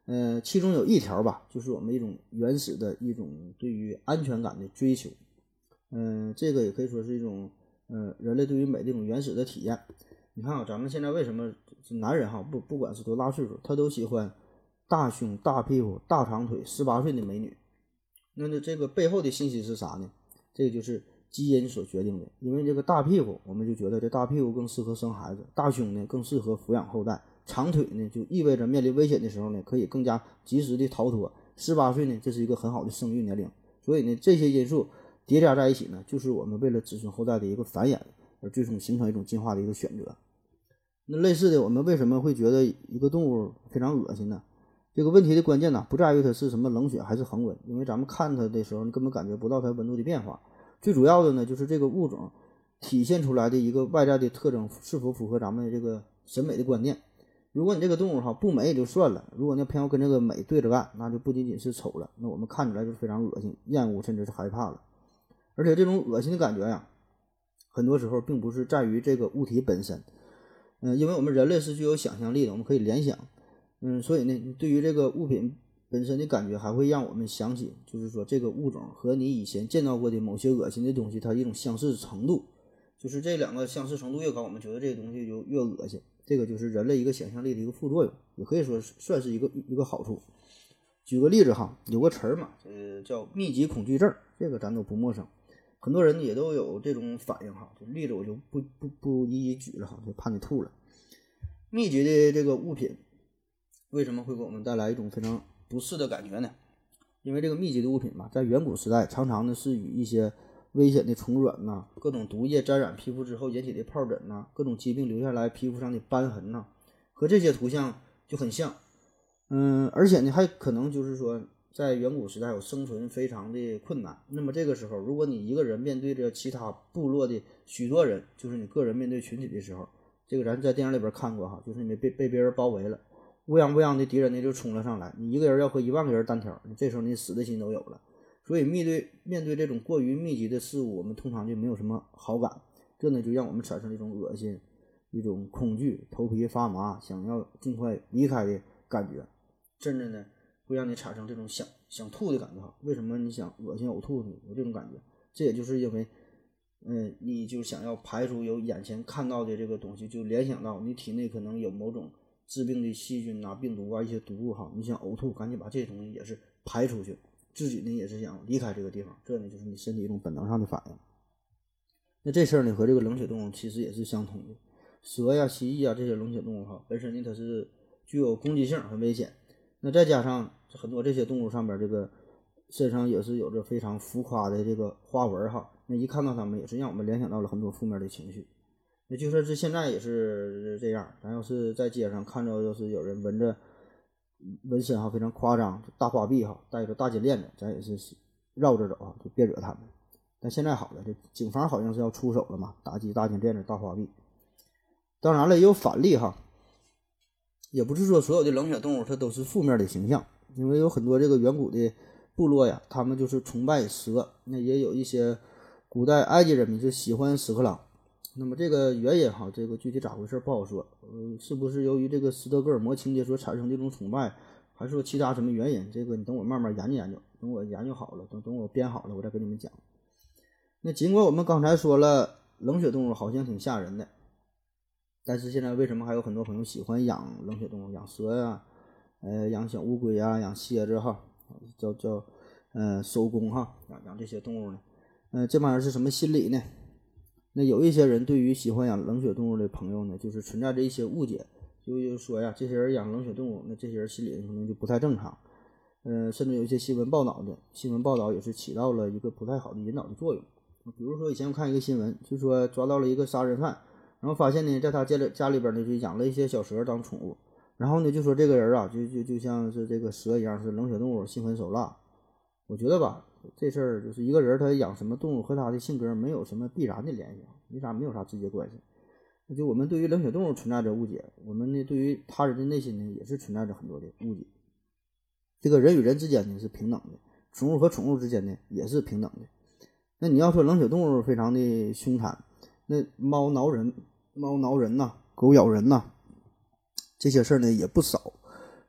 Speaker 2: 呃，其中有一条吧，就是我们一种原始的一种对于安全感的追求。嗯、呃，这个也可以说是一种呃人类对于美的一种原始的体验。你看啊，咱们现在为什么男人哈不不管是多大岁数，他都喜欢大胸、大屁股、大长腿、十八岁的美女？那么这个背后的信息是啥呢？这个就是基因所决定的。因为这个大屁股，我们就觉得这大屁股更适合生孩子；大胸呢，更适合抚养后代；长腿呢，就意味着面临危险的时候呢，可以更加及时的逃脱。十八岁呢，这是一个很好的生育年龄。所以呢，这些因素叠加在一起呢，就是我们为了子孙后代的一个繁衍，而最终形成一种进化的一个选择。那类似的，我们为什么会觉得一个动物非常恶心呢？这个问题的关键呢，不在于它是什么冷血还是恒温，因为咱们看它的时候，你根本感觉不到它温度的变化。最主要的呢，就是这个物种体现出来的一个外在的特征是否符合咱们这个审美的观念。如果你这个动物哈不美也就算了，如果那偏要跟这个美对着干，那就不仅仅是丑了，那我们看起来就是非常恶心、厌恶，甚至是害怕了。而且这种恶心的感觉呀，很多时候并不是在于这个物体本身，嗯、呃，因为我们人类是具有想象力的，我们可以联想。嗯，所以呢，对于这个物品本身的感觉，还会让我们想起，就是说这个物种和你以前见到过的某些恶心的东西，它一种相似程度，就是这两个相似程度越高，我们觉得这个东西就越恶心。这个就是人类一个想象力的一个副作用，也可以说算是一个一个好处。举个例子哈，有个词儿嘛，呃，叫密集恐惧症，这个咱都不陌生，很多人也都有这种反应哈。这例子我就不不不一一举了哈，就怕你吐了。密集的这个物品为什么会给我们带来一种非常不适的感觉呢？因为这个密集的物品嘛，在远古时代常常呢是与一些危险的虫卵呐、各种毒液沾染皮肤之后引起的疱疹呐、各种疾病留下来皮肤上的斑痕呐、和这些图像就很像。嗯，而且呢还可能就是说在远古时代有生存非常的困难。那么这个时候，如果你一个人面对着其他部落的许多人，就是你个人面对群体的时候，这个咱在电影里边看过哈，就是你被被别人包围了，乌泱乌泱的敌人呢就冲了上来，你一个人要和一万个人单挑，你这时候你死的心都有了。所以面对面对这种过于密集的事物，我们通常就没有什么好感，这呢就让我们产生一种恶心、一种恐惧、头皮发麻、想要尽快离开的感觉，甚至呢会让你产生这种想想吐的感觉。为什么你想恶心呕吐呢？有这种感觉，这也就是因为嗯，你就想要排除有眼前看到的这个东西，就联想到你体内可能有某种致病的细菌啊、病毒啊、一些毒物哈，你想呕吐，赶紧把这些东西也是排出去，自己呢也是想离开这个地方，这呢就是你身体一种本能上的反应。那这事儿呢和这个冷血动物其实也是相通的，蛇呀、蜥蜴啊这些冷血动物哈，本身呢它是具有攻击性，很危险。那再加上很多这些动物上边这个身上也是有着非常浮夸的这个花纹哈，那一看到它们也是让我们联想到了很多负面的情绪。那就说是现在也是这样，咱要是在街上看到要是有人纹着纹身哈非常夸张，大花臂哈，带着大金链子，咱也是绕着走啊，就别惹他们。但现在好了，这警方好像是要出手了嘛，打击大金链子、大花臂。当然了，也有反例哈，也不是说所有的冷血动物它都是负面的形象，因为有很多这个远古的部落呀，他们就是崇拜蛇，那也有一些古代埃及人民就喜欢屎壳郎。那么这个原因哈，这个具体咋回事不好说，呃，是不是由于这个斯德哥尔摩情节所产生的这种崇拜，还是说其他什么原因？这个你等我慢慢研究研究，等我研究好了，等等我编好了，我再跟你们讲。那尽管我们刚才说了冷血动物好像挺吓人的，但是现在为什么还有很多朋友喜欢养冷血动物，养蛇呀、呃，养小乌龟呀、养蝎子哈，叫叫呃手工哈，养养这些动物呢？呃，这玩意儿是什么心理呢？那有一些人对于喜欢养冷血动物的朋友呢，就是存在着一些误解，就说呀，这些人养冷血动物，那这些人心理可能就不太正常，呃，甚至有一些新闻报道的新闻报道也是起到了一个不太好的引导的作用。比如说以前我看一个新闻，就说抓到了一个杀人犯，然后发现呢，在他家里家里边呢就养了一些小蛇当宠物，然后呢就说这个人啊，就就就像是这个蛇一样是冷血动物，心狠手辣。我觉得吧，这事儿就是一个人他养什么动物和他的性格没有什么必然的联系，没啥没有啥直接关系。那就我们对于冷血动物存在着误解，我们呢对于他人的内心呢也是存在着很多的误解。这个人与人之间呢是平等的，宠物和宠物之间呢也是平等的。那你要说冷血动物非常的凶残，那猫挠人、猫挠人呐、狗咬人呐，这些事儿呢也不少。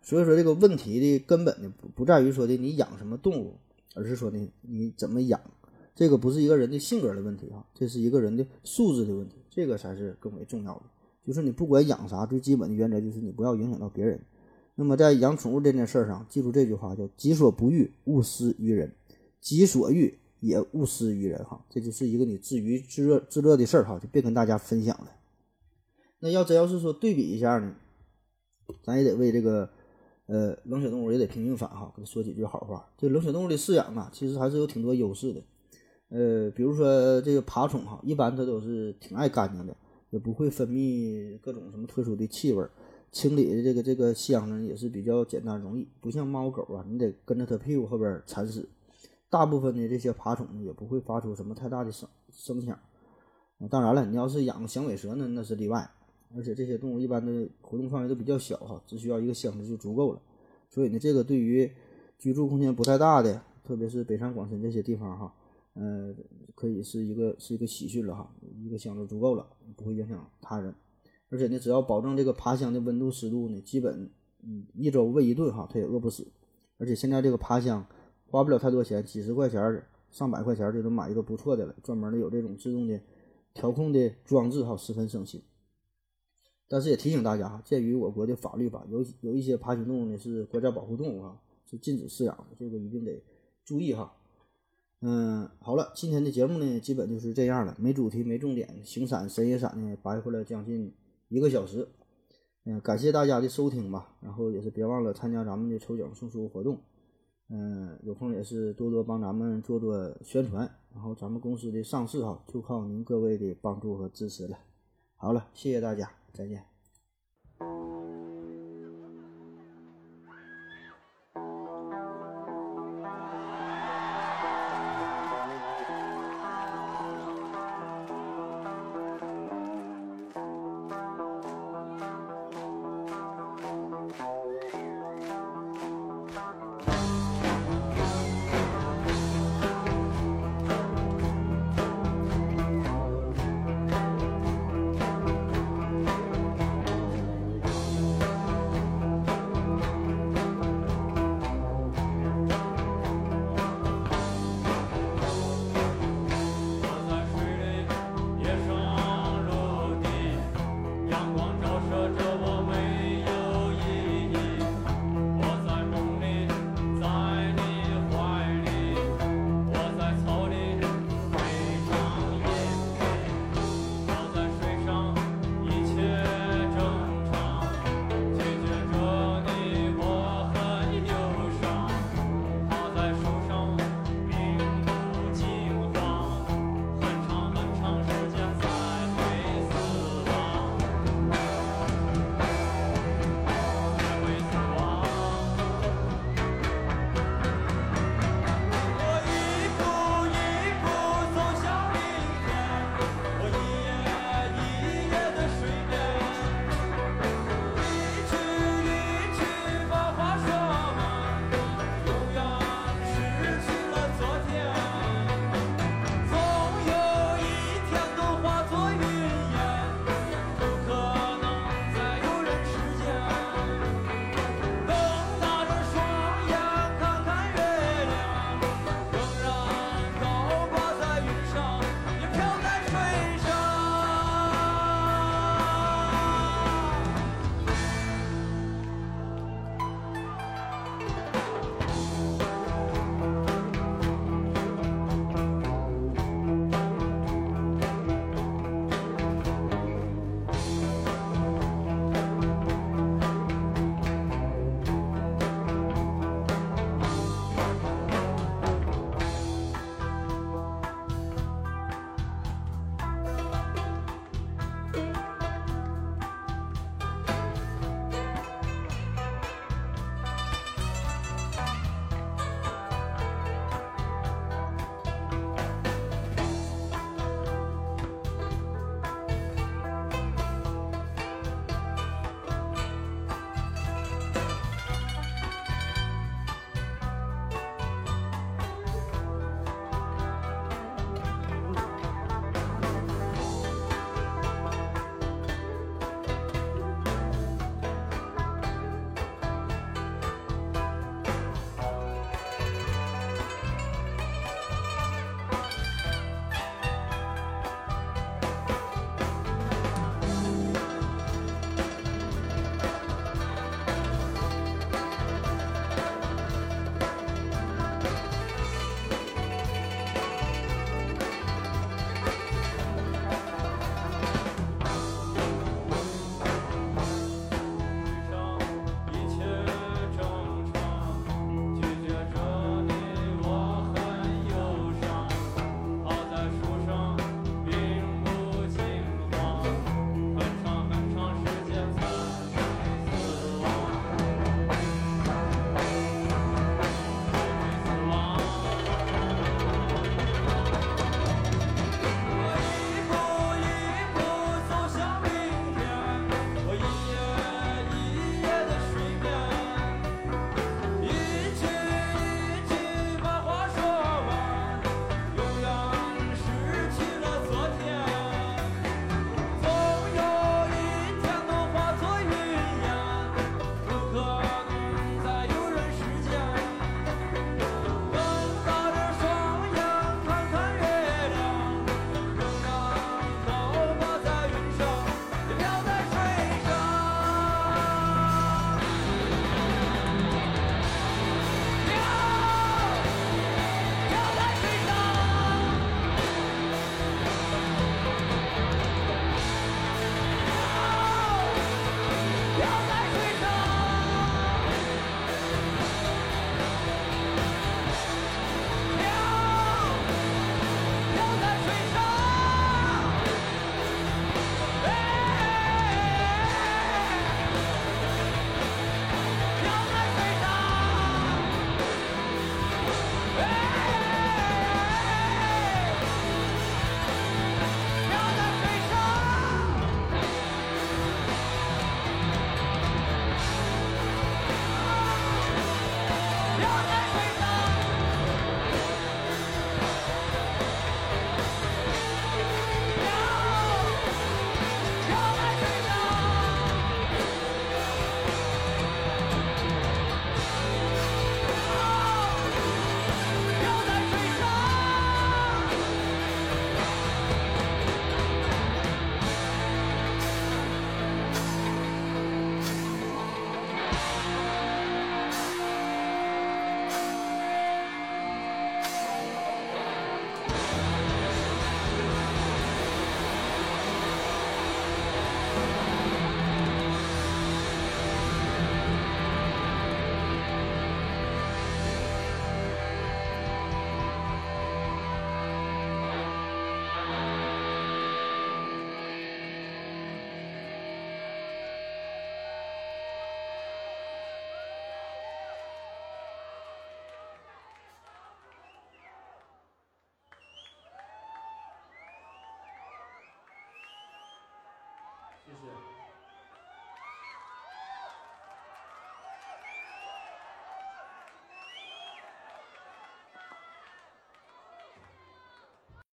Speaker 2: 所以说这个问题的根本呢不不在于说的你养什么动物，而是说呢你怎么养，这个不是一个人的性格的问题啊，这是一个人的素质的问题，这个才是更为重要的。就是你不管养啥，最基本的原则就是你不要影响到别人。那么在养宠物这件事上，记住这句话叫己所不欲，勿施于人，己所欲也勿施于人哈，这就是一个你自娱自乐自乐的事儿哈，就别跟大家分享了。那要真要是说对比一下呢，咱也得为这个呃冷血动物也得平平反哈，给他说几句好话。这冷血动物的饲养啊，其实还是有挺多优势的。呃，比如说这个爬虫哈，一般它都是挺爱干净的，也不会分泌各种什么特殊的气味，清理的这个这个箱呢也是比较简单容易，不像猫狗啊，你得跟着它屁股后边铲屎。大部分的这些爬虫呢也不会发出什么太大的声声响。当然了，你要是养响尾蛇呢，那是例外。而且这些动物一般的活动范围都比较小哈，只需要一个箱子就足够了。所以呢，这个对于居住空间不太大的，特别是北上广深这些地方哈，呃，可以是一个是一个喜讯了哈，一个箱子足够了，不会影响他人。而且呢，只要保证这个爬箱的温度湿度呢，基本嗯一周喂一顿哈，它也饿不死。而且现在这个爬箱花不了太多钱，几十块钱、上百块钱就能买一个不错的了，专门的有这种自动的调控的装置哈，十分省心。但是也提醒大家哈，鉴于我国的法律吧，有有一些爬行动物呢是国家保护动物哈，是禁止饲养的，这个一定得注意哈。嗯，好了，今天的节目呢基本就是这样了，没主题没重点，形散神也散呢白活了将近一个小时。嗯，感谢大家的收听吧，然后也是别忘了参加咱们的抽奖送书活动。嗯，有空也是多多帮咱们做做宣传，然后咱们公司的上市哈，就靠您各位的帮助和支持了。好了，谢谢大家，再见。